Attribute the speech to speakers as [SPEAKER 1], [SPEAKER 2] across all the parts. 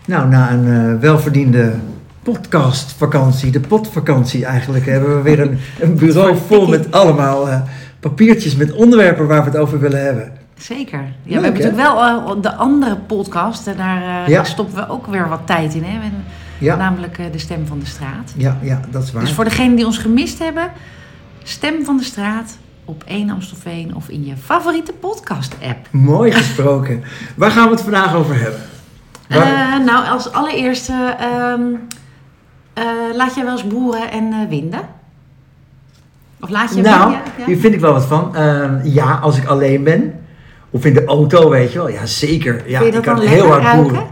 [SPEAKER 1] Nou, na een welverdiende podcastvakantie, de potvakantie eigenlijk, hebben we weer een bureau vol met allemaal papiertjes met onderwerpen waar we het over willen hebben.
[SPEAKER 2] Zeker. Ja,
[SPEAKER 1] Leuk,
[SPEAKER 2] we hebben natuurlijk wel de andere podcast en daar stoppen we ook weer wat tijd in. Hè? Namelijk de Stem van de Straat.
[SPEAKER 1] Ja, dat is waar.
[SPEAKER 2] Dus voor degenen die ons gemist hebben, Stem van de Straat op 1 Amstelveen of in je favoriete podcast-app.
[SPEAKER 1] Mooi gesproken. Waar gaan we het vandaag over hebben?
[SPEAKER 2] Nou, als allereerste, laat jij wel eens boeren en winden? Of laat je
[SPEAKER 1] Nou,
[SPEAKER 2] winden? Ja?
[SPEAKER 1] hier vind ik wel wat van. Ja, als ik alleen ben. Of in de auto, weet je wel. Ja, zeker. Ja,
[SPEAKER 2] Vind je dat
[SPEAKER 1] ik kan
[SPEAKER 2] dan
[SPEAKER 1] heel
[SPEAKER 2] lekker
[SPEAKER 1] hard boeren.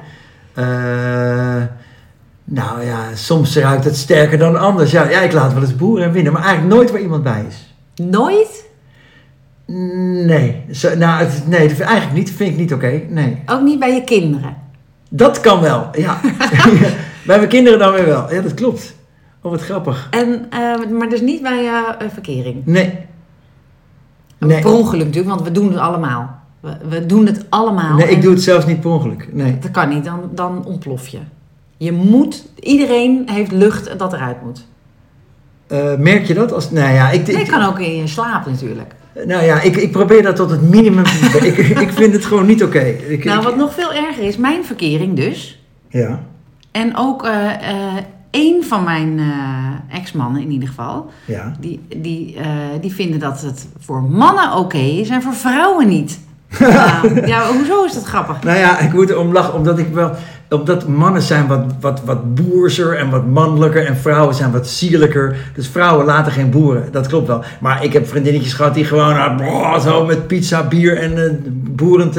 [SPEAKER 1] Nou ja, soms ruikt het sterker dan anders. Ja, ik laat wel eens boeren en winnen. Maar eigenlijk nooit waar iemand bij is.
[SPEAKER 2] Nooit?
[SPEAKER 1] Nee. Eigenlijk niet. Vind ik niet oké. Nee.
[SPEAKER 2] Ook niet bij je kinderen?
[SPEAKER 1] Dat kan wel, ja. Bij mijn kinderen dan weer wel. Ja, dat klopt. Oh, wat grappig.
[SPEAKER 2] Maar dus niet bij verkering?
[SPEAKER 1] Nee.
[SPEAKER 2] Per ongeluk natuurlijk, want we doen het allemaal. We doen het allemaal.
[SPEAKER 1] Nee, ik doe het zelfs niet per ongeluk. Nee.
[SPEAKER 2] Dat kan niet, dan ontplof je. Iedereen heeft lucht dat eruit moet.
[SPEAKER 1] Merk je dat?
[SPEAKER 2] Nee, kan ook in je slaap natuurlijk.
[SPEAKER 1] Nou ja, ik probeer dat tot het minimum te doen. Ik vind het gewoon niet oké.
[SPEAKER 2] Wat nog veel erger is, mijn verkering dus.
[SPEAKER 1] Ja.
[SPEAKER 2] En ook één van mijn ex-mannen in ieder geval. Ja. Die vinden dat het voor mannen oké is en voor vrouwen niet. Hoezo is dat grappig?
[SPEAKER 1] Nou ja, ik moet erom lachen, omdat mannen zijn wat boerser en wat mannelijker en vrouwen zijn wat sierlijker. Dus vrouwen laten geen boeren, dat klopt wel. Maar ik heb vriendinnetjes gehad die gewoon zo met pizza, bier en boerend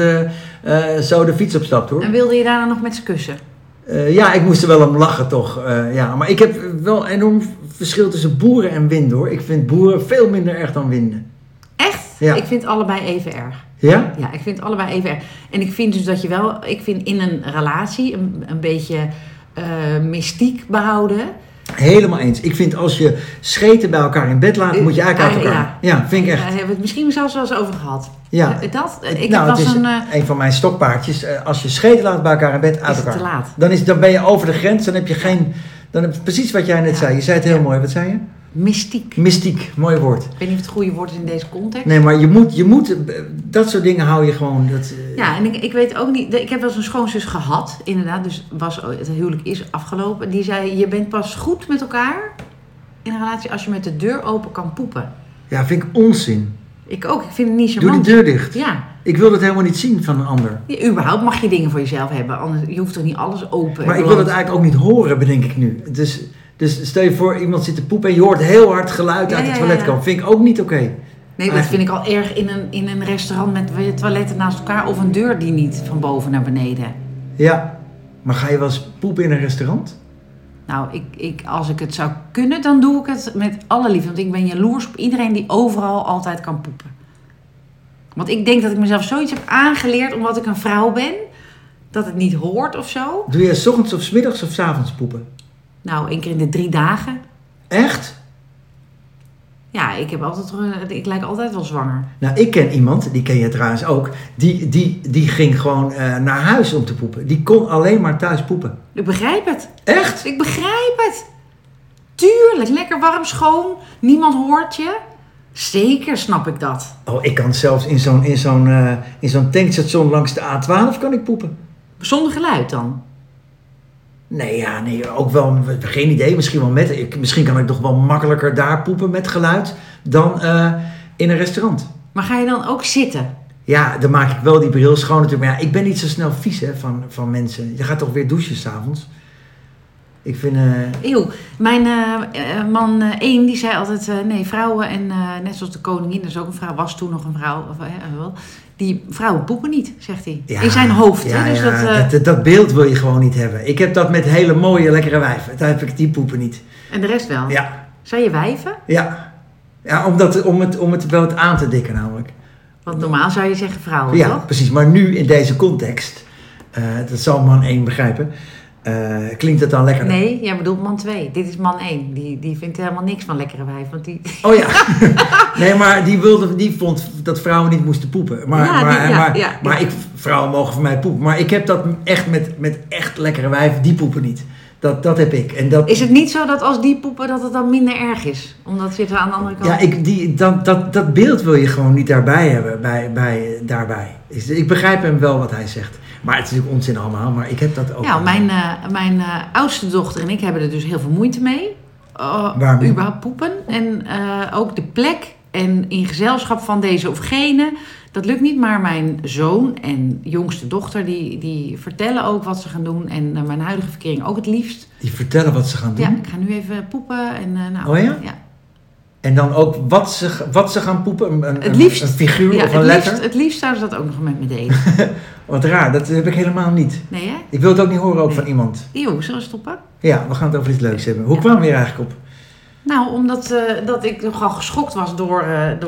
[SPEAKER 1] zo de fiets opstapt, hoor.
[SPEAKER 2] En wilde je daarna nog met ze kussen?
[SPEAKER 1] Ik moest er wel om lachen, toch. Maar ik heb wel een enorm verschil tussen boeren en winden, hoor. Ik vind boeren veel minder erg dan winden.
[SPEAKER 2] Echt? Ja. Ik vind allebei even erg.
[SPEAKER 1] Ja?
[SPEAKER 2] Ja, ik vind allebei even erg. En ik vind dus dat je wel... Ik vind in een relatie een beetje mystiek behouden.
[SPEAKER 1] Helemaal eens. Ik vind als je scheten bij elkaar in bed laat, moet je eigenlijk uit elkaar. Ja, vind ik echt.
[SPEAKER 2] Daar hebben we het misschien zelfs wel eens over gehad.
[SPEAKER 1] Ja. Het is een van mijn stokpaardjes. Als je scheten laat bij elkaar in bed, uit elkaar.
[SPEAKER 2] Is het te laat.
[SPEAKER 1] Dan ben je over de grens. Dan heb je precies wat jij net zei. Je zei het heel mooi. Wat zei je? Mystiek, mooi woord.
[SPEAKER 2] Ik weet niet of het goede woord is in deze context.
[SPEAKER 1] Nee, maar je moet dat soort dingen hou je gewoon.
[SPEAKER 2] Ja, en ik weet ook niet. Ik heb wel eens een schoonzus gehad, inderdaad. Dus het huwelijk is afgelopen. Die zei: je bent pas goed met elkaar in een relatie als je met de deur open kan poepen.
[SPEAKER 1] Ja, vind ik onzin.
[SPEAKER 2] Ik ook. Ik vind het niet charmant.
[SPEAKER 1] Doe de deur dicht.
[SPEAKER 2] Ja.
[SPEAKER 1] Ik wil dat helemaal niet zien van een ander.
[SPEAKER 2] Ja, überhaupt mag je dingen voor jezelf hebben. Anders, je hoeft toch niet alles open.
[SPEAKER 1] Maar ik wil het eigenlijk ook niet horen, bedenk ik nu. Dus stel je voor, iemand zit te poepen en je hoort heel hard geluid uit het toilet komen. Vind ik ook niet oké.
[SPEAKER 2] Nee, dat vind ik al erg in een restaurant met toiletten naast elkaar. Of een deur die niet van boven naar beneden.
[SPEAKER 1] Ja, maar ga je wel eens poepen in een restaurant?
[SPEAKER 2] Nou, als ik het zou kunnen, dan doe ik het met alle liefde. Want ik ben jaloers op iedereen die overal altijd kan poepen. Want ik denk dat ik mezelf zoiets heb aangeleerd omdat ik een vrouw ben. Dat het niet hoort of zo.
[SPEAKER 1] Doe je 's ochtends of 's middags of 's avonds poepen?
[SPEAKER 2] Nou, 1 keer in de 3 dagen.
[SPEAKER 1] Echt?
[SPEAKER 2] Ja, ik lijk altijd wel zwanger.
[SPEAKER 1] Nou, ik ken iemand, die ken je trouwens ook, die ging gewoon naar huis om te poepen. Die kon alleen maar thuis poepen.
[SPEAKER 2] Ik begrijp het.
[SPEAKER 1] Echt?
[SPEAKER 2] Ik begrijp het. Tuurlijk, lekker warm, schoon. Niemand hoort je. Zeker snap ik dat.
[SPEAKER 1] Oh, ik kan zelfs in zo'n tankstation langs de A12 kan ik poepen.
[SPEAKER 2] Zonder geluid dan?
[SPEAKER 1] Nee, ook wel, geen idee. Misschien kan ik toch wel makkelijker daar poepen met geluid dan in een restaurant.
[SPEAKER 2] Maar ga je dan ook zitten?
[SPEAKER 1] Ja, dan maak ik wel die bril schoon natuurlijk. Maar ja, ik ben niet zo snel vies van mensen. Je gaat toch weer douchen 's avonds. Ik vind...
[SPEAKER 2] Mijn man 1 die zei altijd... nee, vrouwen en net zoals de koningin, dat is ook een vrouw, was toen nog een vrouw... Die vrouwen poepen niet, zegt hij. Ja, in zijn hoofd.
[SPEAKER 1] Ja,
[SPEAKER 2] hè? Dus
[SPEAKER 1] dat beeld wil je gewoon niet hebben. Ik heb dat met hele mooie, lekkere wijven. Daar heb ik die poepen niet.
[SPEAKER 2] En de rest wel?
[SPEAKER 1] Ja.
[SPEAKER 2] Zijn je wijven?
[SPEAKER 1] Ja. Om het wel wat aan te dikken namelijk.
[SPEAKER 2] Want normaal zou je zeggen vrouwen,
[SPEAKER 1] ja,
[SPEAKER 2] toch?
[SPEAKER 1] Precies. Maar nu in deze context... dat zal man 1 begrijpen... Klinkt het dan lekker?
[SPEAKER 2] Nee, jij bedoelt man 2. Dit is man 1. Die vindt helemaal niks van lekkere wijf. Want die...
[SPEAKER 1] Oh ja. Nee, maar die vond dat vrouwen niet moesten poepen. Maar vrouwen mogen van mij poepen. Maar ik heb dat echt met echt lekkere wijven, die poepen niet. Dat heb ik. En dat...
[SPEAKER 2] Is het niet zo dat als die poepen dat het dan minder erg is? Omdat je het aan de andere kant...
[SPEAKER 1] Ja, dat beeld wil je gewoon niet daarbij hebben. Daarbij. Ik begrijp hem wel wat hij zegt. Maar het is natuurlijk onzin allemaal. Maar ik heb dat ook.
[SPEAKER 2] Ja, mijn oudste dochter en ik hebben er dus heel veel moeite mee.
[SPEAKER 1] Waarom?
[SPEAKER 2] Überhaupt poepen. En ook de plek. En in gezelschap van deze of gene. Dat lukt niet, maar mijn zoon en jongste dochter... die vertellen ook wat ze gaan doen. En mijn huidige verkering ook het liefst.
[SPEAKER 1] Die vertellen wat ze gaan doen?
[SPEAKER 2] Ja, ik ga nu even poepen. En,
[SPEAKER 1] oh ja?
[SPEAKER 2] Ja.
[SPEAKER 1] En dan ook wat ze gaan poepen?
[SPEAKER 2] Het liefst,
[SPEAKER 1] een figuur of een letter?
[SPEAKER 2] Het liefst zouden ze dat ook nog met me delen.
[SPEAKER 1] Wat raar, dat heb ik helemaal niet.
[SPEAKER 2] Nee, hè?
[SPEAKER 1] Ik wil het ook niet horen ook van iemand.
[SPEAKER 2] Zullen we stoppen?
[SPEAKER 1] Ja, we gaan het over iets leuks hebben. Hoe kwamen we hier eigenlijk op?
[SPEAKER 2] Nou, omdat dat ik nogal geschokt was door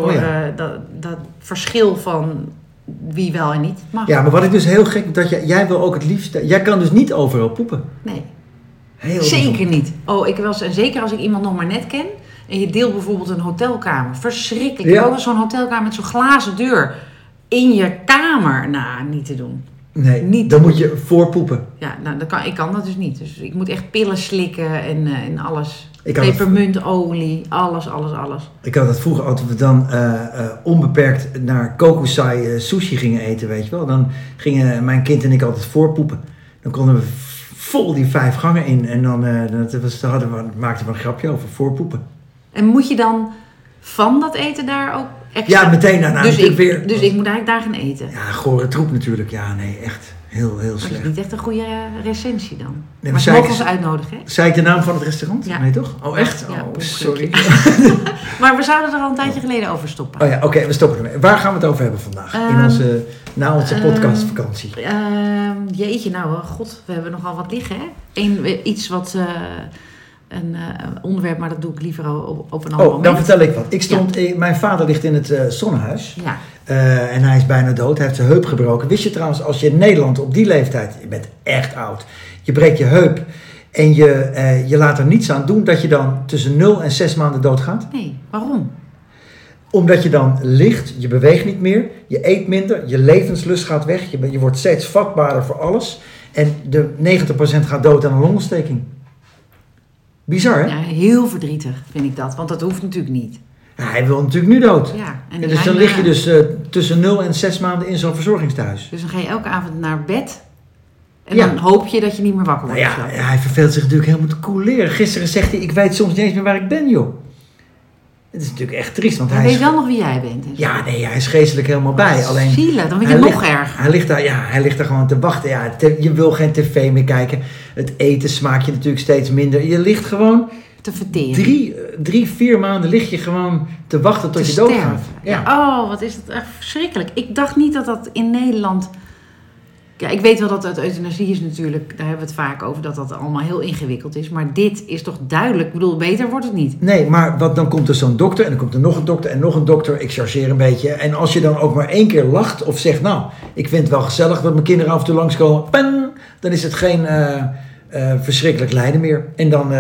[SPEAKER 2] dat verschil van wie wel en niet mag.
[SPEAKER 1] Ja, maar wat ik dus heel gek... dat jij wil ook het liefst... Jij kan dus niet overal poepen.
[SPEAKER 2] Nee.
[SPEAKER 1] Heel
[SPEAKER 2] zeker
[SPEAKER 1] bijzonder.
[SPEAKER 2] niet. En zeker als ik iemand nog maar net ken... en je deelt bijvoorbeeld een hotelkamer. Verschrikkelijk.
[SPEAKER 1] Ja.
[SPEAKER 2] Ook zo'n hotelkamer met zo'n glazen deur in je kamer. Nou, niet te doen.
[SPEAKER 1] Nee,
[SPEAKER 2] niet
[SPEAKER 1] dan moet je voorpoepen.
[SPEAKER 2] Ja, nou, ik kan dat dus niet. Dus ik moet echt pillen slikken en alles.
[SPEAKER 1] Ik had
[SPEAKER 2] Pepermuntolie, alles.
[SPEAKER 1] Ik had dat vroeger altijd, we dan onbeperkt naar Kokusai sushi gingen eten, weet je wel. Dan gingen mijn kind en ik altijd voorpoepen. Dan konden we vol die 5 gangen in. En dan maakten we een grapje over voorpoepen.
[SPEAKER 2] En moet je dan van dat eten daar ook extra...
[SPEAKER 1] Ja, meteen daarna.
[SPEAKER 2] Dus ik moet eigenlijk daar gaan eten.
[SPEAKER 1] Ja, gore troep natuurlijk. Ja, nee, echt heel
[SPEAKER 2] Dat
[SPEAKER 1] slecht.
[SPEAKER 2] is niet echt een goede recensie dan.
[SPEAKER 1] Nee,
[SPEAKER 2] maar ze mogen ons uitnodigen, hè?
[SPEAKER 1] Zei ik de naam van het restaurant?
[SPEAKER 2] Ja.
[SPEAKER 1] Nee, toch? Oh, echt?
[SPEAKER 2] Ja,
[SPEAKER 1] oh, sorry.
[SPEAKER 2] Maar we zouden er al een tijdje geleden over stoppen.
[SPEAKER 1] Oh ja, oké, we stoppen ermee. Waar gaan we het over hebben vandaag? Na onze podcastvakantie.
[SPEAKER 2] Jeetje, nou, god, we hebben nogal wat liggen, hè? Iets wat... een onderwerp, maar dat doe ik liever op een ander moment.
[SPEAKER 1] Dan vertel ik wat. Mijn vader ligt in het zonnehuis.
[SPEAKER 2] Ja.
[SPEAKER 1] En hij is bijna dood. Hij heeft zijn heup gebroken. Wist je trouwens, als je in Nederland op die leeftijd... Je bent echt oud. Je breekt je heup en je laat er niets aan doen... dat je dan tussen 0 en 6 maanden doodgaat?
[SPEAKER 2] Nee, waarom? Omdat
[SPEAKER 1] je dan ligt, je beweegt niet meer... je eet minder, je levenslust gaat weg... je wordt steeds vatbaarder voor alles... en de 90% gaat dood aan een longontsteking. Bizar, hè?
[SPEAKER 2] Ja, heel verdrietig vind ik dat. Want dat hoeft natuurlijk niet.
[SPEAKER 1] Ja, hij wil natuurlijk nu dood.
[SPEAKER 2] Ja, en
[SPEAKER 1] dus dan lig je dus tussen 0 en 6 maanden in zo'n verzorgingstehuis.
[SPEAKER 2] Dus dan ga je elke avond naar bed. En dan hoop je dat je niet meer wakker wordt.
[SPEAKER 1] Ja, hij verveelt zich natuurlijk helemaal te koeleren. Gisteren zegt hij, ik weet soms niet eens meer waar ik ben, joh. Het is natuurlijk echt triest. Want
[SPEAKER 2] hij weet wel nog wie jij bent.
[SPEAKER 1] Ja, nee, hij is geestelijk helemaal bij. Alleen,
[SPEAKER 2] zielig, dan vind je het nog erger.
[SPEAKER 1] Hij ligt daar gewoon te wachten. Ja, je wil geen tv meer kijken. Het eten smaakt je natuurlijk steeds minder. Je ligt gewoon...
[SPEAKER 2] te verteren.
[SPEAKER 1] 3-4 maanden lig je gewoon te wachten tot je doodgaat.
[SPEAKER 2] Ja. Oh, wat is dat echt verschrikkelijk. Ik dacht niet dat dat in Nederland... Ja, ik weet wel dat het euthanasie is natuurlijk, daar hebben we het vaak over, dat dat allemaal heel ingewikkeld is. Maar dit is toch duidelijk, ik bedoel, beter wordt het niet.
[SPEAKER 1] Nee, maar dan komt er zo'n dokter en dan komt er nog een dokter en nog een dokter. Ik chargeer een beetje. En als je dan ook maar 1 keer lacht of zegt, nou, ik vind het wel gezellig dat mijn kinderen af en toe langskomen. Dan is het geen verschrikkelijk lijden meer. En dan,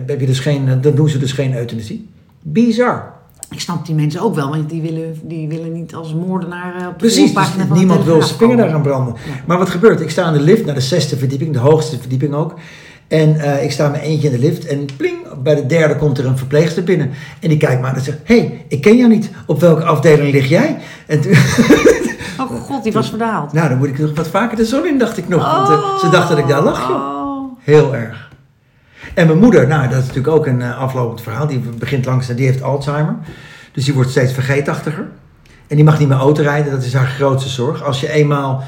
[SPEAKER 1] dan doen ze dus geen euthanasie. Bizar.
[SPEAKER 2] Ik snap die mensen ook wel, want die willen niet als moordenaar op de
[SPEAKER 1] Precies,
[SPEAKER 2] voorpagina
[SPEAKER 1] dus niemand wil zijn vinger daaraan branden.
[SPEAKER 2] Ja.
[SPEAKER 1] Maar wat gebeurt? Ik sta in de lift naar de 6e verdieping, de hoogste verdieping ook. En ik sta met eentje in de lift en pling, bij de 3e komt er een verpleegster binnen. En die kijkt me aan en zegt, hey, ik ken jou niet. Op welke afdeling lig jij? En toen...
[SPEAKER 2] Oh god, die was verdwaald.
[SPEAKER 1] Nou, dan moet ik nog wat vaker de zon in, dacht ik nog. Want ze dacht dat ik daar lag, joh. Heel erg. En mijn moeder, nou, dat is natuurlijk ook een aflopend verhaal. Die begint langzaam, die heeft Alzheimer. Dus die wordt steeds vergeetachtiger. En die mag niet meer auto-rijden, dat is haar grootste zorg. Als je eenmaal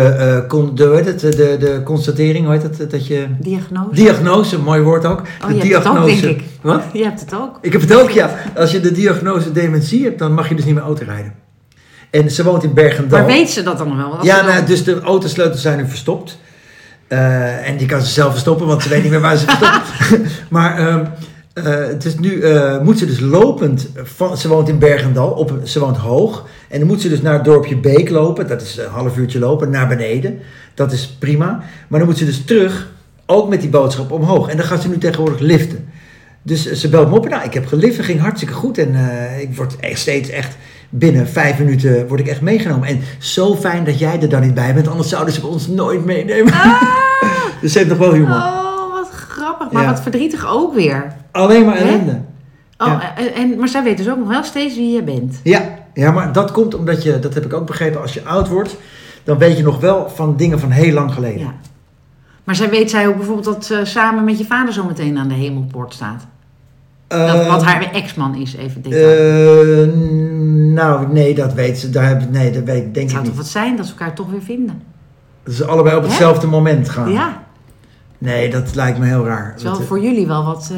[SPEAKER 1] de constatering, hoe heet dat? Dat je... Diagnose, mooi woord ook.
[SPEAKER 2] Oh, je hebt het ook, denk ik.
[SPEAKER 1] Wat?
[SPEAKER 2] Je hebt het ook.
[SPEAKER 1] Ik heb het ook, ja. Als je de diagnose dementie hebt, dan mag je dus niet meer auto-rijden. En ze woont in Bergendal.
[SPEAKER 2] Maar weet ze dat dan nog wel?
[SPEAKER 1] Ja, nou, dus de autosleutels zijn nu verstopt. En die kan ze zelf verstoppen, want ze weet niet meer waar ze verstopt. Maar... het is nu moet ze dus lopend, ze woont in Bergendal, ze woont hoog. En dan moet ze dus naar het dorpje Beek lopen, dat is een half uurtje lopen, naar beneden. Dat is prima. Maar dan moet ze dus terug ook met die boodschap omhoog. En dan gaat ze nu tegenwoordig liften. Dus ze belt me op en nou, ik heb gelift, het ging hartstikke goed. En ik word steeds echt, binnen 5 minuten word ik echt meegenomen. En zo fijn dat jij er dan niet bij bent, anders zouden ze ons nooit meenemen. Dus ze heeft nog wel humor.
[SPEAKER 2] Oh, wat grappig, maar
[SPEAKER 1] Ja.
[SPEAKER 2] wat verdrietig ook weer.
[SPEAKER 1] Alleen maar ellende.
[SPEAKER 2] Oh,
[SPEAKER 1] Ja.
[SPEAKER 2] maar zij weet dus ook nog wel steeds wie je bent.
[SPEAKER 1] Ja, maar dat komt omdat je, dat heb ik ook begrepen, als je oud wordt, dan weet je nog wel van dingen van heel lang geleden.
[SPEAKER 2] Ja. Maar weet zij ook bijvoorbeeld dat ze samen met je vader zo meteen aan de hemelpoort staat? Wat haar ex-man is, even detail.
[SPEAKER 1] Nou, nee, dat weet ze. Nee, dat weet, denk
[SPEAKER 2] Het
[SPEAKER 1] ik
[SPEAKER 2] zou
[SPEAKER 1] niet.
[SPEAKER 2] toch wat zijn dat ze elkaar toch weer vinden?
[SPEAKER 1] Dat ze allebei op hetzelfde moment gaan.
[SPEAKER 2] Ja,
[SPEAKER 1] Nee, dat lijkt me heel raar.
[SPEAKER 2] het is wel voor jullie wel wat...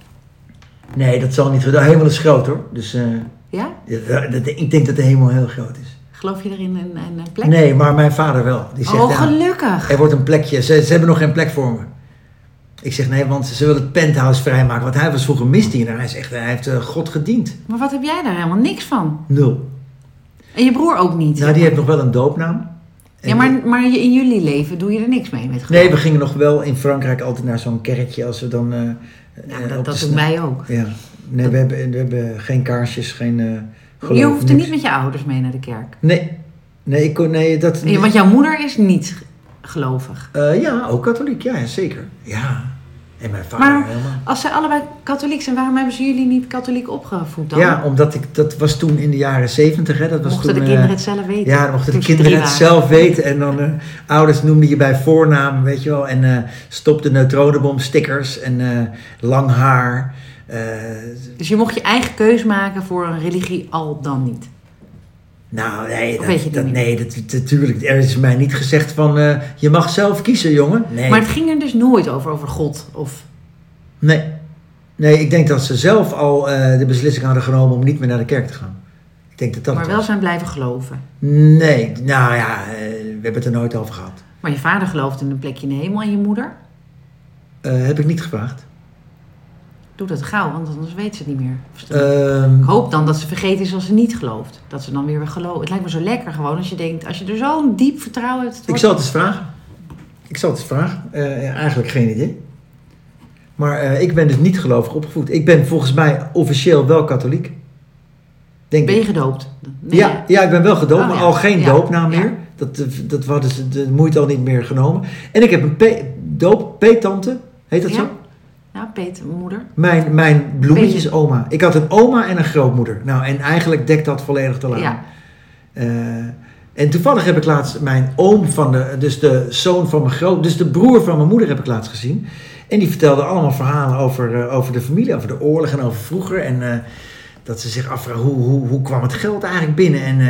[SPEAKER 1] Nee, dat zal niet. De hemel is groot hoor. Dus
[SPEAKER 2] ja?
[SPEAKER 1] ik denk dat de hemel heel groot is.
[SPEAKER 2] Geloof je erin een plek?
[SPEAKER 1] Nee, maar mijn vader wel. Die zegt,
[SPEAKER 2] Oh,
[SPEAKER 1] ja,
[SPEAKER 2] gelukkig.
[SPEAKER 1] er wordt een plekje. Ze hebben nog geen plek voor me. Ik zeg nee, want ze willen het penthouse vrijmaken. Want hij was vroeger misdienaar. Hij zegt, hij heeft God gediend.
[SPEAKER 2] Maar wat heb jij daar helemaal niks van?
[SPEAKER 1] 0.
[SPEAKER 2] En je broer ook niet?
[SPEAKER 1] Nou, die heeft nog wel een doopnaam.
[SPEAKER 2] Ja, maar in jullie leven doe je er niks mee met geloof?
[SPEAKER 1] Nee, we gingen nog wel in Frankrijk altijd naar zo'n kerkje als we dan...
[SPEAKER 2] dat doen wij ook.
[SPEAKER 1] Ja. Nee, we hebben geen kaarsjes, geen geloof.
[SPEAKER 2] Je hoeft er
[SPEAKER 1] niks.
[SPEAKER 2] niet met je ouders mee naar de kerk.
[SPEAKER 1] Nee, dat...
[SPEAKER 2] Ja, want jouw moeder is niet gelovig.
[SPEAKER 1] Ja, ook katholiek. Ja, zeker. Ja. En mijn vader
[SPEAKER 2] Maar
[SPEAKER 1] helemaal.
[SPEAKER 2] als zij allebei katholiek zijn, waarom hebben ze jullie niet katholiek opgevoed dan?
[SPEAKER 1] Ja, omdat dat was toen in de jaren 70. Hè, dat was
[SPEAKER 2] Mochten
[SPEAKER 1] toen,
[SPEAKER 2] de kinderen het zelf weten?
[SPEAKER 1] Ja, dan mochten de
[SPEAKER 2] Toen ze
[SPEAKER 1] kinderen
[SPEAKER 2] 3
[SPEAKER 1] het
[SPEAKER 2] waren.
[SPEAKER 1] zelf weten. En dan ouders noemden je bij voornaam, weet je wel. En stop de neutronenbom stickers en lang haar.
[SPEAKER 2] Dus je mocht je eigen keus maken voor een religie al dan niet.
[SPEAKER 1] Nou, nee,
[SPEAKER 2] Of weet je het niet?
[SPEAKER 1] natuurlijk. Er is mij niet gezegd van, je mag zelf kiezen, jongen. Nee.
[SPEAKER 2] Maar het ging er dus nooit over God? Of...
[SPEAKER 1] Nee, ik denk dat ze zelf al de beslissing hadden genomen om niet meer naar de kerk te gaan. Ik denk dat dat
[SPEAKER 2] Maar
[SPEAKER 1] het
[SPEAKER 2] wel
[SPEAKER 1] was.
[SPEAKER 2] zijn blijven geloven?
[SPEAKER 1] Nee, nou ja, we hebben het er nooit over gehad.
[SPEAKER 2] Maar je vader geloofde in een plekje in de hemel en je moeder?
[SPEAKER 1] Heb ik niet gevraagd.
[SPEAKER 2] Doe dat gauw, want anders weet ze het niet meer. Of ze- Ik hoop dan dat ze vergeten is als ze niet gelooft. Dat ze dan weer gelooft. Het lijkt me zo lekker gewoon als je denkt, als je er zo'n diep vertrouwen hebt.
[SPEAKER 1] Ik zal het eens vragen. Eigenlijk geen idee. Maar ik ben dus niet gelovig opgevoed. Ik ben volgens mij officieel wel katholiek. Denk
[SPEAKER 2] Ben je
[SPEAKER 1] ik.
[SPEAKER 2] gedoopt? Nee,
[SPEAKER 1] Ja, ik ben wel gedoopt,
[SPEAKER 2] Oh,
[SPEAKER 1] maar
[SPEAKER 2] ja.
[SPEAKER 1] al geen
[SPEAKER 2] Ja.
[SPEAKER 1] doopnaam meer.
[SPEAKER 2] Ja.
[SPEAKER 1] Dat hadden ze de moeite al niet meer genomen. En ik heb een peettante, heet dat
[SPEAKER 2] Ja.
[SPEAKER 1] zo?
[SPEAKER 2] Ja, Peet, moeder.
[SPEAKER 1] Mijn bloemetjes oma. Ik had een oma en een grootmoeder. Nou, en eigenlijk dekt dat volledig te laan.
[SPEAKER 2] Ja.
[SPEAKER 1] En toevallig heb ik laatst mijn oom dus de zoon van mijn dus de broer van mijn moeder heb ik laatst gezien. En die vertelde allemaal verhalen over de familie, over de oorlog en over vroeger. En dat ze zich afvragen, hoe kwam het geld eigenlijk binnen? En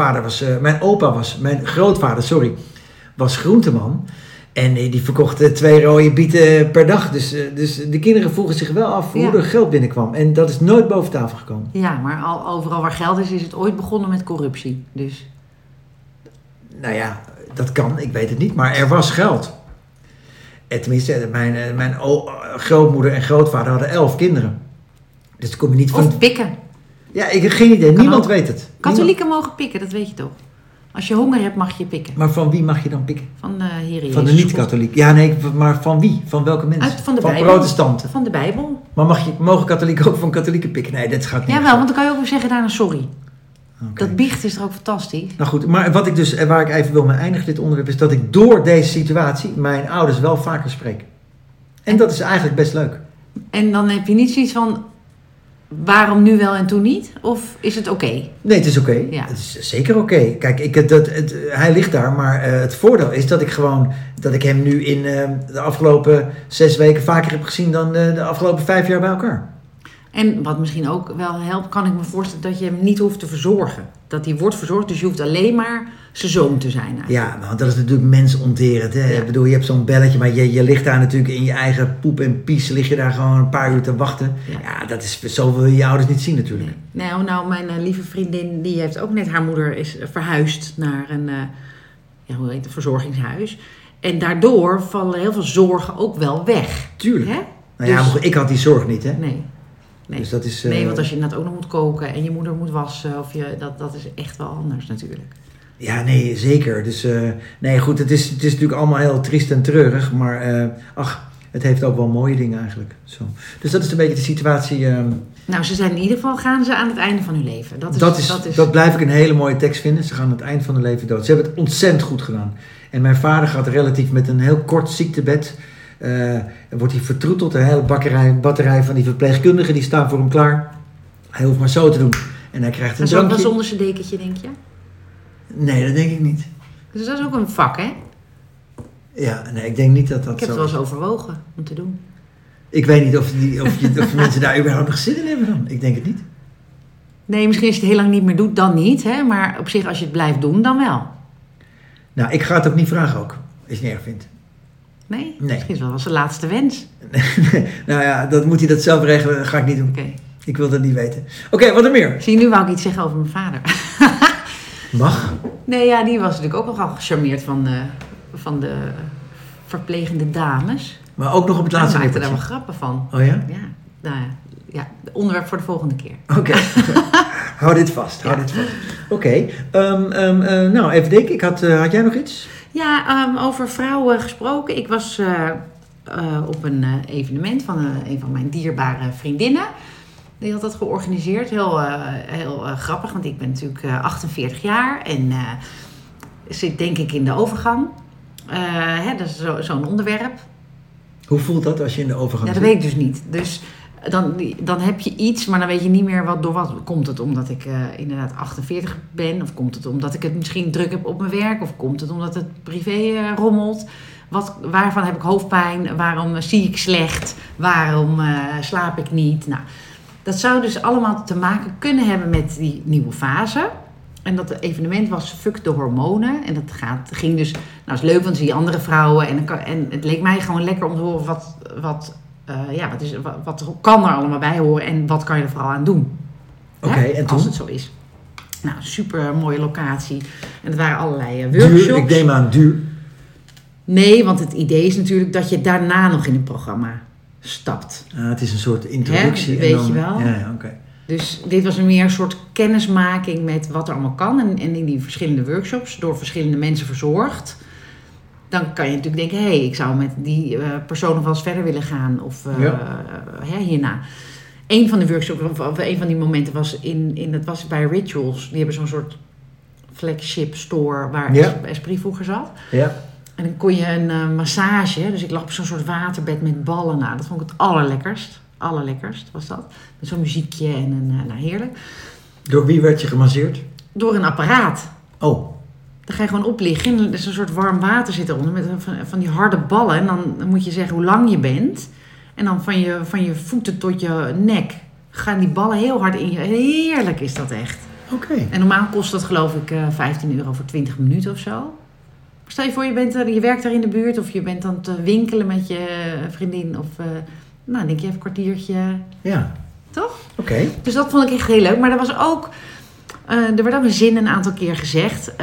[SPEAKER 1] mijn grootvader was groenteman. En die verkocht 2 rode bieten per dag. Dus de kinderen vroegen zich wel af hoe er geld binnenkwam. En dat is nooit boven tafel gekomen.
[SPEAKER 2] Ja, maar overal waar geld is het ooit begonnen met corruptie. Dus
[SPEAKER 1] Nou ja, dat kan, ik weet het niet. Maar er was geld. En tenminste, mijn grootmoeder en grootvader hadden 11 kinderen. Dus kom je niet van...
[SPEAKER 2] Of pikken.
[SPEAKER 1] Ja, ik heb geen idee.
[SPEAKER 2] Kan
[SPEAKER 1] Niemand
[SPEAKER 2] ook.
[SPEAKER 1] weet het.
[SPEAKER 2] Katholieken mogen pikken, dat weet je toch? Als je honger hebt, mag je pikken.
[SPEAKER 1] Maar van wie mag je dan pikken?
[SPEAKER 2] Van de Heer Jezus.
[SPEAKER 1] Van de niet-katholiek. Ja, nee, maar van wie? Van welke mensen?
[SPEAKER 2] Van de Bijbel.
[SPEAKER 1] protestanten.
[SPEAKER 2] Van de Bijbel.
[SPEAKER 1] Maar mogen katholieken ook van katholieken pikken? Nee, dat gaat niet.
[SPEAKER 2] Jawel, want dan kan je ook weer zeggen daarna sorry.
[SPEAKER 1] Oké.
[SPEAKER 2] Dat biecht is er ook fantastisch.
[SPEAKER 1] Nou goed, maar waar ik even wil mee eindigen dit onderwerp is dat ik door deze situatie mijn ouders wel vaker spreek. En dat is eigenlijk best leuk.
[SPEAKER 2] En dan heb je niet zoiets van, waarom nu wel en toen niet? Of is het oké?
[SPEAKER 1] Nee, het is oké.
[SPEAKER 2] Ja.
[SPEAKER 1] Het is zeker oké. Kijk, hij ligt daar, maar het voordeel is dat ik hem nu in de afgelopen 6 weken vaker heb gezien dan de afgelopen 5 jaar bij elkaar.
[SPEAKER 2] En wat misschien ook wel helpt, kan ik me voorstellen dat je hem niet hoeft te verzorgen. Dat hij wordt verzorgd, dus je hoeft alleen maar zijn zoon te zijn eigenlijk.
[SPEAKER 1] Ja, want dat is natuurlijk mensonterend. Hè?
[SPEAKER 2] Ja.
[SPEAKER 1] Ik bedoel, je hebt zo'n belletje, maar je ligt daar natuurlijk in je eigen poep en pies. Lig je daar gewoon een paar uur te wachten. Ja, zo wil je je ouders niet zien natuurlijk.
[SPEAKER 2] Nou, mijn lieve vriendin, die heeft ook net, haar moeder is verhuisd naar een verzorgingshuis. En daardoor vallen heel veel zorgen ook wel weg.
[SPEAKER 1] Tuurlijk.
[SPEAKER 2] Hè?
[SPEAKER 1] Nou ja,
[SPEAKER 2] Dus-
[SPEAKER 1] maar ik had die zorg niet, hè?
[SPEAKER 2] Nee.
[SPEAKER 1] Dus dat is,
[SPEAKER 2] Nee, want als je inderdaad ook nog moet koken en je moeder moet wassen, dat is echt wel anders natuurlijk.
[SPEAKER 1] Ja, nee, zeker. Dus, nee, goed, het is natuurlijk allemaal heel triest en treurig. Maar, het heeft ook wel mooie dingen eigenlijk. Zo. Dus dat is een beetje de situatie.
[SPEAKER 2] Nou, ze zijn in ieder geval, gaan ze aan het einde van hun leven.
[SPEAKER 1] Dat blijf ik een hele mooie tekst vinden. Ze gaan aan het eind van hun leven dood. Ze hebben het ontzettend goed gedaan. En mijn vader gaat relatief met een heel kort ziektebed. Wordt hij vertroeteld. Een hele batterij van die verpleegkundigen die staan voor hem klaar. Hij hoeft maar zo te doen. En hij krijgt een drankje.
[SPEAKER 2] Dat is ook wel zonder zijn dekentje, denk je?
[SPEAKER 1] Nee, dat denk ik niet.
[SPEAKER 2] Dus dat is ook een vak, hè?
[SPEAKER 1] Ja, nee, ik denk niet dat dat
[SPEAKER 2] Ik heb
[SPEAKER 1] zo
[SPEAKER 2] het wel
[SPEAKER 1] is.
[SPEAKER 2] eens overwogen om te doen.
[SPEAKER 1] Ik weet niet of mensen daar überhaupt nog zin in hebben dan. Ik denk het niet.
[SPEAKER 2] Nee, misschien als je het heel lang niet meer doet, dan niet. Hè? Maar op zich, als je het blijft doen, dan wel.
[SPEAKER 1] Nou, ik ga het ook niet vragen ook. Als je het niet erg vindt.
[SPEAKER 2] Nee?
[SPEAKER 1] Nee.
[SPEAKER 2] Misschien is het wel zijn laatste wens.
[SPEAKER 1] Nou ja, dat moet hij dat zelf regelen. Dat ga ik niet doen.
[SPEAKER 2] Oké.
[SPEAKER 1] Ik wil dat niet weten. Oké, wat er meer?
[SPEAKER 2] Zie je, nu wou ik iets zeggen over mijn vader.
[SPEAKER 1] Mag.
[SPEAKER 2] Nee, ja, die was natuurlijk ook nogal gecharmeerd van de verplegende dames.
[SPEAKER 1] Maar ook nog op het
[SPEAKER 2] Hij
[SPEAKER 1] laatste
[SPEAKER 2] maakte daar
[SPEAKER 1] nippertje.
[SPEAKER 2] wel grappen van.
[SPEAKER 1] Oh ja?
[SPEAKER 2] Ja, nou ja, onderwerp voor de volgende keer.
[SPEAKER 1] Oké. Hou dit vast. Oké. Nou, even denken. Had jij nog iets?
[SPEAKER 2] Ja, over vrouwen gesproken. Ik was op een evenement van een van mijn dierbare vriendinnen. Die had dat georganiseerd. Heel grappig, want ik ben natuurlijk 48 jaar en zit denk ik in de overgang. Dat is zo'n onderwerp.
[SPEAKER 1] Hoe voelt dat als je in de overgang
[SPEAKER 2] Ja,
[SPEAKER 1] zit?
[SPEAKER 2] dat weet ik dus niet. Dus dan heb je iets, maar dan weet je niet meer door wat. Komt het omdat ik inderdaad 48 ben? Of komt het omdat ik het misschien druk heb op mijn werk? Of komt het omdat het privé rommelt? Waarvan heb ik hoofdpijn? Waarom zie ik slecht? Waarom slaap ik niet? Nou, dat zou dus allemaal te maken kunnen hebben met die nieuwe fase. En dat evenement was Fuck de hormonen. En dat ging dus... Nou, is leuk, want dan zie je andere vrouwen. En het leek mij gewoon lekker om te horen wat kan er allemaal bij horen. En wat kan je er vooral aan doen.
[SPEAKER 1] Oké,
[SPEAKER 2] Hè?
[SPEAKER 1] en toen?
[SPEAKER 2] Als het zo is. Nou, super mooie locatie. En het waren allerlei workshops.
[SPEAKER 1] Duur, ik neem aan duur.
[SPEAKER 2] Nee, want het idee is natuurlijk dat je daarna nog in het programma stapt.
[SPEAKER 1] Het is een soort introductie.
[SPEAKER 2] Hè? Weet je wel.
[SPEAKER 1] Ja, oké.
[SPEAKER 2] Dus dit was meer een soort kennismaking met wat er allemaal kan. En in die verschillende workshops, door verschillende mensen verzorgd. Dan kan je natuurlijk denken, hé, ik zou met die persoon nog wel eens verder willen gaan. Of hierna. Een van de workshops, of een van die momenten was dat was bij Rituals. Die hebben zo'n soort flagship store waar Esprit vroeger zat. Ja. En dan kon je een massage, dus ik lag op zo'n soort waterbed met ballen. Nou, dat vond ik het allerlekkerst was dat. Met zo'n muziekje en heerlijk.
[SPEAKER 1] Door wie werd je gemasseerd?
[SPEAKER 2] Door een apparaat.
[SPEAKER 1] Oh.
[SPEAKER 2] Dan ga je gewoon opliggen en er is een soort warm water zit eronder met van die harde ballen. En dan moet je zeggen hoe lang je bent. En dan van je voeten tot je nek gaan die ballen heel hard in je. Heerlijk is dat echt.
[SPEAKER 1] Oké.
[SPEAKER 2] En normaal kost dat geloof ik €15 voor 20 minuten of zo. Stel je voor, je werkt daar in de buurt of je bent aan het winkelen met je vriendin. Of denk je even een kwartiertje. Ja. Toch?
[SPEAKER 1] Oké.
[SPEAKER 2] Dus dat vond ik echt heel leuk. Maar er was ook, er werd ook een zin een aantal keer gezegd.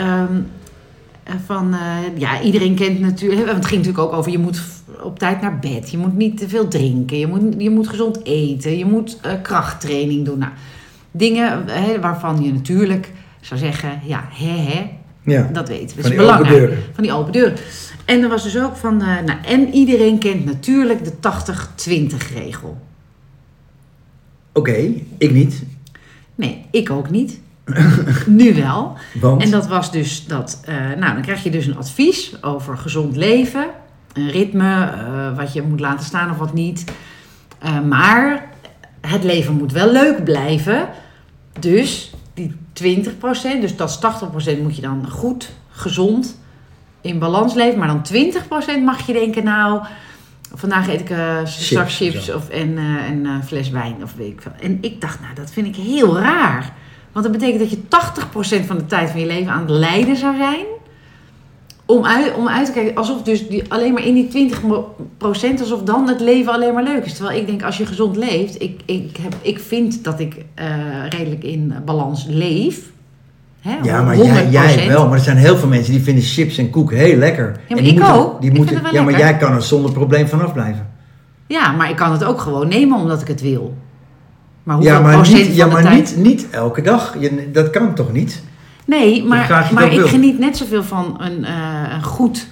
[SPEAKER 2] Iedereen kent natuurlijk, want het ging natuurlijk ook over je moet op tijd naar bed. Je moet niet te veel drinken. Je moet gezond eten. Je moet krachttraining doen. Nou, dingen waarvan je natuurlijk zou zeggen, ja, dat weten we. Dat is belangrijk. Van die open deuren. En er was dus ook van, en iedereen kent natuurlijk de 80-20 regel.
[SPEAKER 1] Oké, ik niet.
[SPEAKER 2] Nee, ik ook niet. Nu wel.
[SPEAKER 1] Want?
[SPEAKER 2] En dat was dus dat, dan krijg je dus een advies over gezond leven, een ritme, wat je moet laten staan of wat niet. Maar het leven moet wel leuk blijven. Dus die 20%, dus dat is 80% moet je dan goed, gezond, in balans leven. Maar dan 20% mag je denken, nou, vandaag eet ik straks chips en een fles wijn of weet ik veel. En ik dacht, nou, dat vind ik heel raar. Want dat betekent dat je 80% van de tijd van je leven aan het lijden zou zijn. Om uit te kijken, alsof dus alleen maar in die 20%, alsof dan het leven alleen maar leuk is. Terwijl ik denk, als je gezond leeft, ik vind dat ik redelijk in balans leef. Hè,
[SPEAKER 1] ja, maar jij wel. Maar er zijn heel veel mensen die vinden chips en koek heel lekker.
[SPEAKER 2] Ja, maar
[SPEAKER 1] en
[SPEAKER 2] ik ook.
[SPEAKER 1] Die moeten, ja, maar jij kan er zonder probleem vanaf blijven.
[SPEAKER 2] Ja, maar ik kan het ook gewoon nemen omdat ik het wil. Maar hoeveel procent van de tijd...
[SPEAKER 1] niet elke dag. Dat kan toch niet?
[SPEAKER 2] Nee, maar ik geniet net zoveel van een goed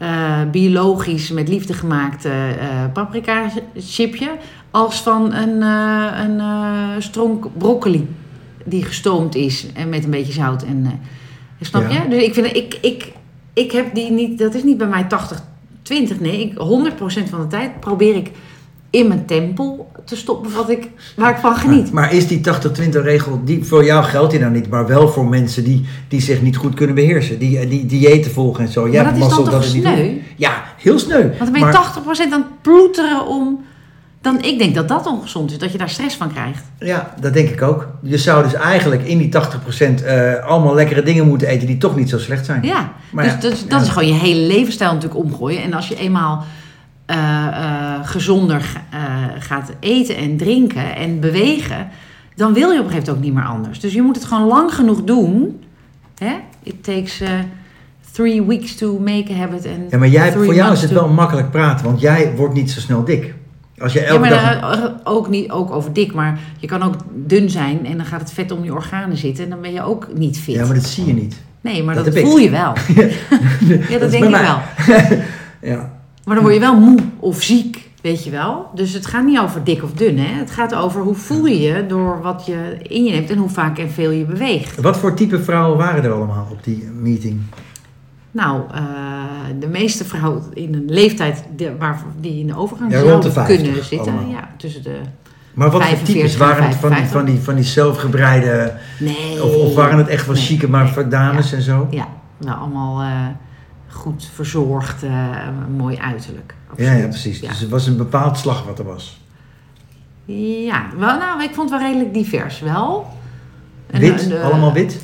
[SPEAKER 2] biologisch met liefde gemaakte paprika chipje als van een stronk broccoli die gestoomd is en met een beetje zout en snap je? Dus ik vind ik heb die niet, dat is niet bij mij 80-20, nee, 100% van de tijd probeer ik in mijn tempo te stoppen waar ik van geniet.
[SPEAKER 1] Maar is die 80-20 regel, voor jou geldt die nou niet, maar wel voor mensen die zich niet goed kunnen beheersen, die diëten volgen en zo.
[SPEAKER 2] Maar dat is dan toch sneu?
[SPEAKER 1] Ja, heel sneu.
[SPEAKER 2] Want dan ben je 80% aan het ploeteren om... Ik denk dat dat ongezond is, dat je daar stress van krijgt.
[SPEAKER 1] Ja, dat denk ik ook. Je zou dus eigenlijk in die 80% allemaal lekkere dingen moeten eten die toch niet zo slecht zijn.
[SPEAKER 2] Ja,
[SPEAKER 1] maar
[SPEAKER 2] dus dat is gewoon je hele levensstijl natuurlijk omgooien. En als je eenmaal gezonder gaat eten en drinken en bewegen, dan wil je op een gegeven moment ook niet meer anders. Dus je moet het gewoon lang genoeg doen. Hè? It takes 3 weeks to make a habit.
[SPEAKER 1] Ja, maar voor jou is het wel makkelijk praten, want jij wordt niet zo snel dik. Als je elke dag...
[SPEAKER 2] ook over dik, maar je kan ook dun zijn en dan gaat het vet om je organen zitten en dan ben je ook niet fit.
[SPEAKER 1] Ja, maar dat zie je niet.
[SPEAKER 2] Nee, maar dat voel je wel. Ja, dat denk ik wel.
[SPEAKER 1] Ja.
[SPEAKER 2] Maar dan word je wel moe of ziek, weet je wel. Dus het gaat niet over dik of dun, hè. Het gaat over hoe voel je je door wat je in je neemt en hoe vaak en veel je beweegt.
[SPEAKER 1] Wat voor type vrouwen waren er allemaal op die meeting?
[SPEAKER 2] Nou, de meeste vrouwen in een leeftijd die in de overgang
[SPEAKER 1] rond de 50
[SPEAKER 2] kunnen zitten.
[SPEAKER 1] Allemaal.
[SPEAKER 2] Ja, tussen de
[SPEAKER 1] maar wat voor types waren het van die zelfgebreide...
[SPEAKER 2] Nee.
[SPEAKER 1] Of waren het echt wel chique, maar voor dames en zo?
[SPEAKER 2] Ja, nou allemaal goed verzorgd, mooi uiterlijk. Absoluut.
[SPEAKER 1] Ja, precies. Ja. Dus het was een bepaald slag wat er was.
[SPEAKER 2] Ja, ik vond het wel redelijk divers wel.
[SPEAKER 1] Wit? Allemaal wit?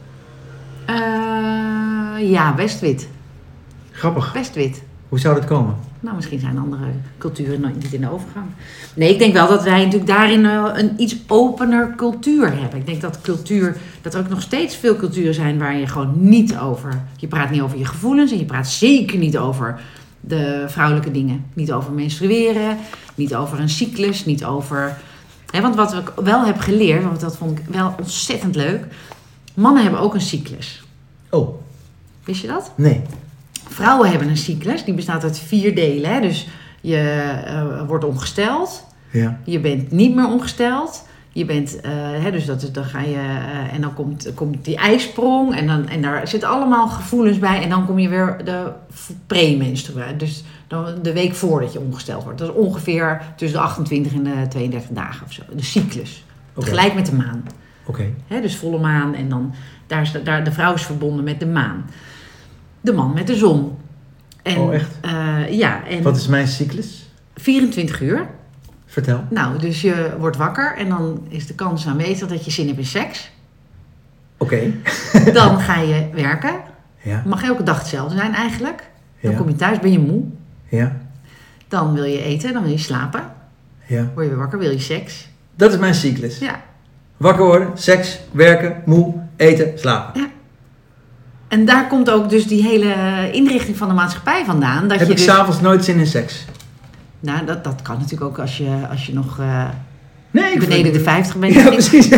[SPEAKER 2] Ja, best wit.
[SPEAKER 1] Grappig.
[SPEAKER 2] Best wit.
[SPEAKER 1] Hoe zou dat komen?
[SPEAKER 2] Nou, misschien zijn andere culturen niet in de overgang. Nee, ik denk wel dat wij natuurlijk daarin een iets opener cultuur hebben. Ik denk dat er ook nog steeds veel culturen zijn waar je gewoon niet over... Je praat niet over je gevoelens en je praat zeker niet over de vrouwelijke dingen. Niet over menstrueren, niet over een cyclus, niet over... want wat ik wel heb geleerd, want dat vond ik wel ontzettend leuk... Mannen hebben ook een cyclus.
[SPEAKER 1] Oh.
[SPEAKER 2] Wist je dat?
[SPEAKER 1] Nee.
[SPEAKER 2] Vrouwen hebben een cyclus, die bestaat uit 4 delen. Hè? Dus je wordt ongesteld, je bent niet meer ongesteld, je bent, dan ga je, en dan komt die ijsprong en daar zitten allemaal gevoelens bij en dan kom je weer de premenstruatie, dus dan de week voordat je ongesteld wordt. Dat is ongeveer tussen de 28 en de 32 dagen of zo, de cyclus. Okay. Tegelijk met de maan.
[SPEAKER 1] Okay.
[SPEAKER 2] Dus volle maan en dan, daar de vrouw is verbonden met de maan. De man met de zon. En,
[SPEAKER 1] echt?
[SPEAKER 2] Ja. En
[SPEAKER 1] wat is mijn cyclus?
[SPEAKER 2] 24 uur.
[SPEAKER 1] Vertel.
[SPEAKER 2] Nou, dus je wordt wakker en dan is de kans aanwezig dat je zin hebt in seks.
[SPEAKER 1] Oké.
[SPEAKER 2] Dan ga je werken.
[SPEAKER 1] Ja.
[SPEAKER 2] Mag elke dag hetzelfde zijn eigenlijk. Dan
[SPEAKER 1] Ja.
[SPEAKER 2] kom je thuis, ben je moe.
[SPEAKER 1] Ja.
[SPEAKER 2] Dan wil je eten, dan wil je slapen.
[SPEAKER 1] Ja.
[SPEAKER 2] Word je weer wakker, wil je seks.
[SPEAKER 1] Dat is mijn cyclus.
[SPEAKER 2] Ja.
[SPEAKER 1] Wakker worden, seks, werken, moe, eten, slapen.
[SPEAKER 2] Ja. En daar komt ook dus die hele inrichting van de maatschappij vandaan. Dat
[SPEAKER 1] Heb
[SPEAKER 2] je
[SPEAKER 1] ik 's avonds nooit zin in seks?
[SPEAKER 2] Nou, dat kan natuurlijk ook als je nog
[SPEAKER 1] nee,
[SPEAKER 2] beneden de 50 bent.
[SPEAKER 1] Ja, precies.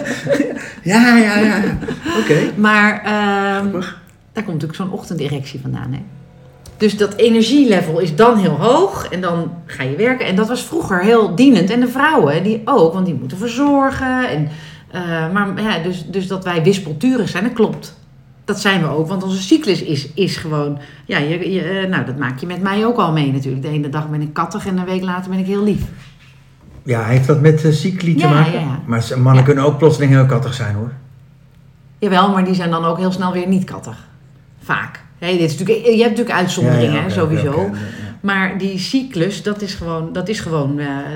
[SPEAKER 1] ja. Oké.
[SPEAKER 2] Maar daar komt natuurlijk zo'n ochtenderectie vandaan. Hè? Dus dat energielevel is dan heel hoog en dan ga je werken. En dat was vroeger heel dienend. En de vrouwen, die ook, want die moeten verzorgen. En, dus dat wij wispelturig zijn, dat klopt. Dat zijn we ook, want onze cyclus is gewoon... Ja, dat maak je met mij ook al mee natuurlijk. De ene dag ben ik kattig en een week later ben ik heel lief.
[SPEAKER 1] Ja, heeft dat met cycli te maken?
[SPEAKER 2] Ja.
[SPEAKER 1] Maar mannen kunnen ook plotseling heel kattig zijn, hoor.
[SPEAKER 2] Jawel, maar die zijn dan ook heel snel weer niet kattig. Vaak. Hey, je hebt natuurlijk uitzonderingen,
[SPEAKER 1] okay,
[SPEAKER 2] sowieso.
[SPEAKER 1] Okay.
[SPEAKER 2] Maar die cyclus, dat is gewoon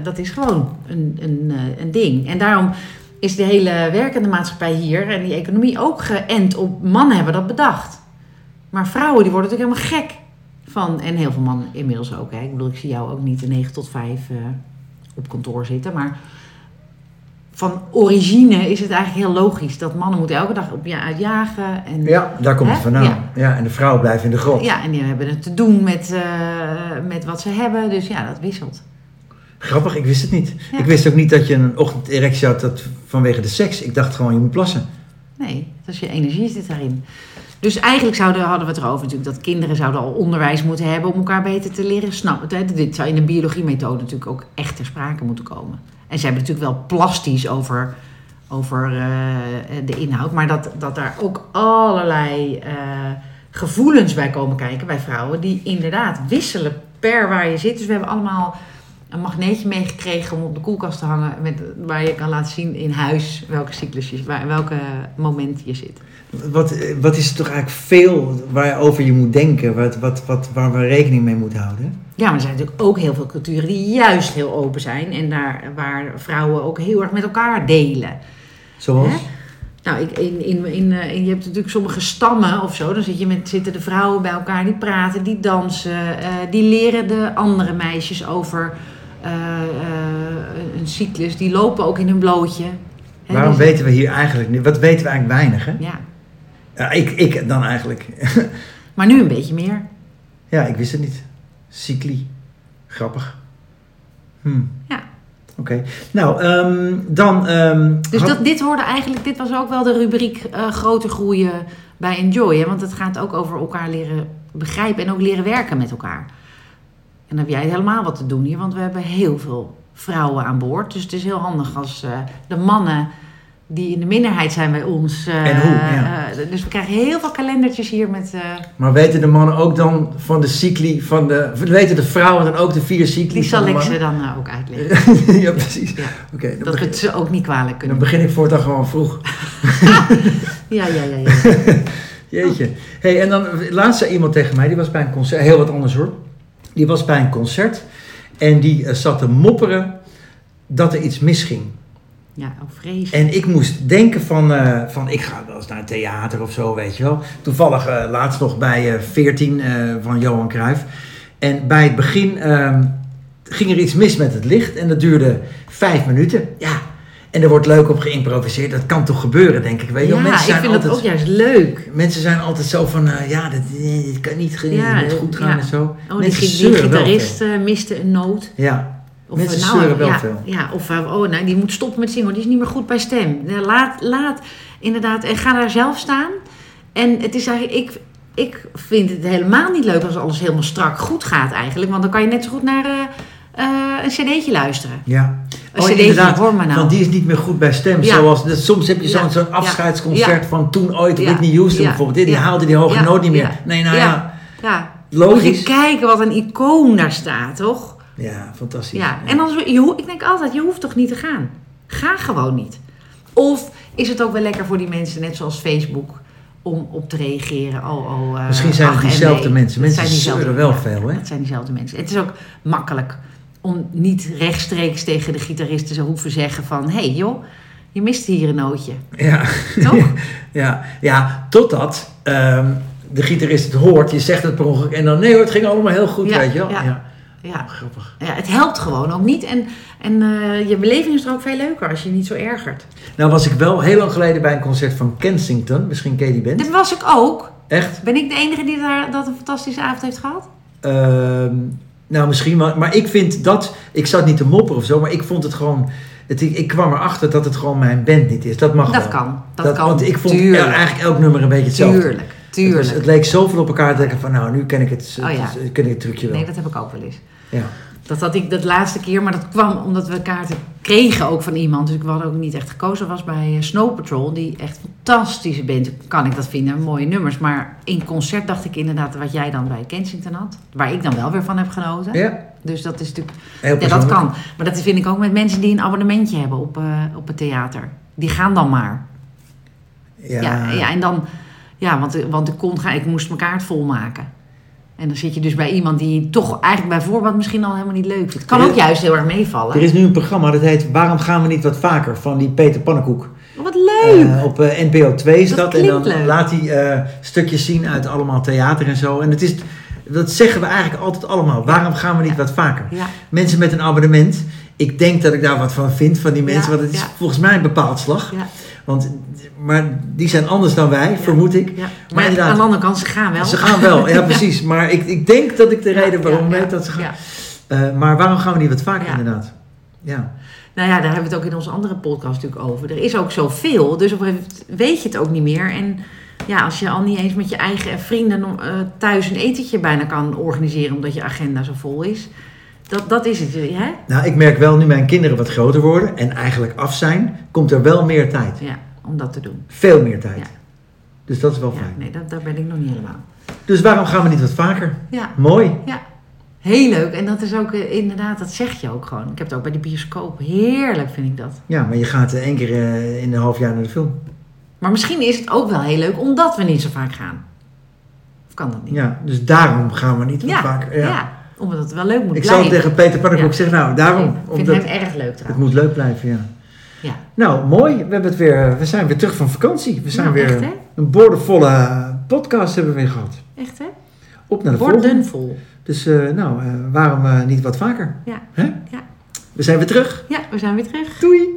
[SPEAKER 2] een ding. En daarom is de hele werkende maatschappij hier en die economie ook geënt op mannen hebben dat bedacht. Maar vrouwen die worden natuurlijk helemaal gek van. En heel veel mannen inmiddels ook. Hè. Ik bedoel, ik zie jou ook niet de 9 tot 5 op kantoor zitten. Maar van origine is het eigenlijk heel logisch dat mannen moeten elke dag op je uitjagen. En,
[SPEAKER 1] ja, daar komt het vandaan. Ja, en de vrouwen blijven in de grot.
[SPEAKER 2] Ja, en die hebben het te doen met wat ze hebben. Dus ja, dat wisselt.
[SPEAKER 1] Grappig, ik wist het niet.
[SPEAKER 2] Ja.
[SPEAKER 1] Ik wist ook niet dat je een ochtenderectie had vanwege de seks. Ik dacht gewoon, je moet plassen.
[SPEAKER 2] Nee, Dus je energie zit daarin. Dus eigenlijk hadden we het erover natuurlijk dat kinderen zouden al onderwijs moeten hebben om elkaar beter te leren snappen. Dit zou in de biologiemethode natuurlijk ook echt ter sprake moeten komen. En ze hebben natuurlijk wel plastisch over de inhoud, maar dat daar ook allerlei gevoelens bij komen kijken bij vrouwen die inderdaad wisselen per waar je zit. Dus we hebben allemaal een magneetje meegekregen om op de koelkast te hangen waar je kan laten zien in huis welke cyclus welke moment je zit.
[SPEAKER 1] Wat is er toch eigenlijk veel waarover je moet denken, waar we rekening mee moeten houden?
[SPEAKER 2] Ja, maar er zijn natuurlijk ook heel veel culturen die juist heel open zijn en waar vrouwen ook heel erg met elkaar delen.
[SPEAKER 1] Zoals?
[SPEAKER 2] Hè? Nou, je hebt natuurlijk sommige stammen of zo, dan zitten de vrouwen bij elkaar, die praten, die dansen, die leren de andere meisjes over een cyclus, die lopen ook in hun blootje. Hè,
[SPEAKER 1] waarom weten we hier eigenlijk nu? Wat weten we eigenlijk weinig, hè?
[SPEAKER 2] Ja.
[SPEAKER 1] Ja, ik dan eigenlijk.
[SPEAKER 2] Maar nu een beetje meer.
[SPEAKER 1] Ja, ik wist het niet. Cycli. Grappig.
[SPEAKER 2] Ja.
[SPEAKER 1] Oké. Nou, dan...
[SPEAKER 2] Dus dit was ook wel de rubriek groter groeien bij Enjoy. Hè? Want het gaat ook over elkaar leren begrijpen en ook leren werken met elkaar. En dan heb jij helemaal wat te doen hier, want we hebben heel veel vrouwen aan boord. Dus het is heel handig als de mannen die in de minderheid zijn bij ons.
[SPEAKER 1] En hoe, ja.
[SPEAKER 2] Dus we krijgen heel veel kalendertjes hier met...
[SPEAKER 1] Maar weten de mannen ook dan van de cycli, weten de vrouwen dan ook de 4 cycli?
[SPEAKER 2] Die zal ik ze dan ook uitleggen.
[SPEAKER 1] Ja, precies.
[SPEAKER 2] Ja.
[SPEAKER 1] Okay,
[SPEAKER 2] dat we het ze ook niet kwalijk kunnen.
[SPEAKER 1] Dan begin ik voortaan gewoon vroeg.
[SPEAKER 2] Ja.
[SPEAKER 1] Jeetje. Hey, en dan laatst zei iemand tegen mij, die was bij een concert, heel wat anders hoor. Die was bij een concert en die zat te mopperen dat er iets misging.
[SPEAKER 2] Ja, ook vreselijk.
[SPEAKER 1] En ik moest denken van ik ga wel eens naar een theater of zo, weet je wel. Toevallig laatst nog bij 14 van Johan Cruijff. En bij het begin ging er iets mis met het licht en dat duurde 5 minuten. Ja, en er wordt leuk op geïmproviseerd. Dat kan toch gebeuren, denk ik. Weet je?
[SPEAKER 2] Ja,
[SPEAKER 1] mensen
[SPEAKER 2] ik vind dat ook juist leuk.
[SPEAKER 1] Mensen zijn altijd zo van, dit kan niet het moet goed gaan en zo.
[SPEAKER 2] Oh, die gitarist miste een noot.
[SPEAKER 1] Ja. Of mensen zeuren wel veel.
[SPEAKER 2] Ja, of die moet stoppen met zingen, die is niet meer goed bij stem. Laat inderdaad, en ga daar zelf staan. En het is eigenlijk, ik vind het helemaal niet leuk als alles helemaal strak goed gaat eigenlijk. Want dan kan je net zo goed naar een cd'tje luisteren.
[SPEAKER 1] Ja.
[SPEAKER 2] Een cd'tje, hoor maar nou.
[SPEAKER 1] Want die is niet meer goed bij stem.
[SPEAKER 2] Ja.
[SPEAKER 1] Soms heb je zo'n afscheidsconcert van toen ooit, Whitney Houston bijvoorbeeld. Die haalde die hoge noot niet meer. Nee,
[SPEAKER 2] Ja.
[SPEAKER 1] Logisch.
[SPEAKER 2] Moet je kijken wat een icoon daar staat, toch?
[SPEAKER 1] Ja, fantastisch.
[SPEAKER 2] Ja. En ik denk altijd, je hoeft toch niet te gaan? Ga gewoon niet. Of is het ook wel lekker voor die mensen, net zoals Facebook, om op te reageren?
[SPEAKER 1] Misschien zijn het diezelfde mensen. Mensen zeuren wel veel, hè?
[SPEAKER 2] Het zijn diezelfde mensen. Het is ook makkelijk om niet rechtstreeks tegen de gitaristen te hoeven zeggen van... Hé joh, je mist hier een nootje.
[SPEAKER 1] Ja.
[SPEAKER 2] Toch?
[SPEAKER 1] Ja, totdat de gitarist het hoort. Je zegt het per ongeluk en dan... Nee hoor, het ging allemaal heel goed, weet je wel.
[SPEAKER 2] Ja.
[SPEAKER 1] Grappig.
[SPEAKER 2] Ja, het helpt gewoon ook niet. En je beleving is er ook veel leuker als je niet zo ergert.
[SPEAKER 1] Nou was ik wel heel lang geleden bij een concert van Kensington. Misschien ken je die band.
[SPEAKER 2] Dat was ik ook.
[SPEAKER 1] Echt?
[SPEAKER 2] Ben ik de enige die dat een fantastische avond heeft gehad?
[SPEAKER 1] Nou, misschien wel. Maar ik vind dat... Ik zat niet te mopperen of zo, maar ik vond het gewoon... Ik kwam erachter dat het gewoon mijn band niet is. Dat mag wel.
[SPEAKER 2] Dat kan.
[SPEAKER 1] Want ik vond eigenlijk elk nummer een beetje hetzelfde.
[SPEAKER 2] Tuurlijk.
[SPEAKER 1] Het leek zoveel op elkaar te denken van... Nou, nu ken ik het trucje wel.
[SPEAKER 2] Nee, dat heb ik ook wel eens.
[SPEAKER 1] Ja.
[SPEAKER 2] Dat had ik dat laatste keer, maar dat kwam omdat we kaarten kregen ook van iemand. Dus ik had ook niet echt gekozen. Dat was bij Snow Patrol, die echt fantastische band. Kan ik dat vinden, mooie nummers. Maar in concert dacht ik inderdaad wat jij dan bij Kensington had. Waar ik dan wel weer van heb genoten. Ja. Dus dat is natuurlijk... Ja, dat kan. Maar dat vind ik ook met mensen die een abonnementje hebben op het theater. Die gaan dan maar. Ja, en dan... Ja, want ik moest mijn kaart volmaken. En dan zit je dus bij iemand die toch eigenlijk bij voorbaat misschien al helemaal niet leuk vindt. Kan ook juist heel erg meevallen.
[SPEAKER 1] Er is nu een programma dat heet Waarom gaan we niet wat vaker? Van die Peter Pannenkoek.
[SPEAKER 2] Oh, wat leuk!
[SPEAKER 1] Op NPO 2 is dat. En dan
[SPEAKER 2] leuk.
[SPEAKER 1] laat hij stukjes zien uit allemaal theater en zo. En dat zeggen we eigenlijk altijd allemaal. Waarom gaan we niet wat vaker? Ja. Mensen met een abonnement. Ik denk dat ik daar wat van vind, van die mensen. Want het is volgens mij een bepaald slag. Ja. Maar die zijn anders dan wij, vermoed ik.
[SPEAKER 2] Ja. Maar aan de andere kant, ze gaan wel.
[SPEAKER 1] Ze gaan wel, ja precies. Maar ik denk dat ik de reden waarom weet dat ze gaan. Maar waarom gaan we niet wat vaker inderdaad? Ja.
[SPEAKER 2] Nou ja, daar hebben we het ook in onze andere podcast natuurlijk over. Er is ook zoveel, dus op een gegeven moment weet je het ook niet meer. En ja, als je al niet eens met je eigen vrienden thuis een etentje bijna kan organiseren, omdat je agenda zo vol is. Dat is het, hè?
[SPEAKER 1] Nou, ik merk wel, nu mijn kinderen wat groter worden en eigenlijk af zijn, komt er wel meer tijd.
[SPEAKER 2] Ja, om dat te doen.
[SPEAKER 1] Veel meer tijd.
[SPEAKER 2] Ja.
[SPEAKER 1] Dus dat is wel
[SPEAKER 2] Ja,
[SPEAKER 1] fijn.
[SPEAKER 2] nee, daar ben ik nog niet helemaal.
[SPEAKER 1] Dus waarom gaan we niet wat vaker?
[SPEAKER 2] Ja.
[SPEAKER 1] Mooi.
[SPEAKER 2] Ja, heel leuk. En dat is ook inderdaad, dat zeg je ook gewoon. Ik heb het ook bij de bioscoop. Heerlijk vind ik dat.
[SPEAKER 1] Ja, maar je gaat 1 keer in een half jaar naar de film.
[SPEAKER 2] Maar misschien is het ook wel heel leuk omdat we niet zo vaak gaan. Of kan dat niet?
[SPEAKER 1] Ja, dus daarom gaan we niet wat vaker.
[SPEAKER 2] Ja, omdat het wel leuk moet
[SPEAKER 1] Ik
[SPEAKER 2] blijven.
[SPEAKER 1] zal tegen Peter Pannenkoek zeggen, nou, daarom.
[SPEAKER 2] Ik vind
[SPEAKER 1] Omdat
[SPEAKER 2] hem erg leuk
[SPEAKER 1] het
[SPEAKER 2] trouwens.
[SPEAKER 1] moet leuk blijven, ja.
[SPEAKER 2] Ja.
[SPEAKER 1] Nou, mooi. We zijn weer terug van vakantie. We zijn
[SPEAKER 2] Nou,
[SPEAKER 1] weer
[SPEAKER 2] echt, hè?
[SPEAKER 1] een boordevolle podcast hebben we weer gehad.
[SPEAKER 2] Echt hè?
[SPEAKER 1] Op naar de volgende.
[SPEAKER 2] Bordenvol.
[SPEAKER 1] Dus waarom niet wat vaker?
[SPEAKER 2] Ja.
[SPEAKER 1] Hè?
[SPEAKER 2] Ja.
[SPEAKER 1] We zijn weer terug.
[SPEAKER 2] Ja, we zijn weer terug.
[SPEAKER 1] Doei!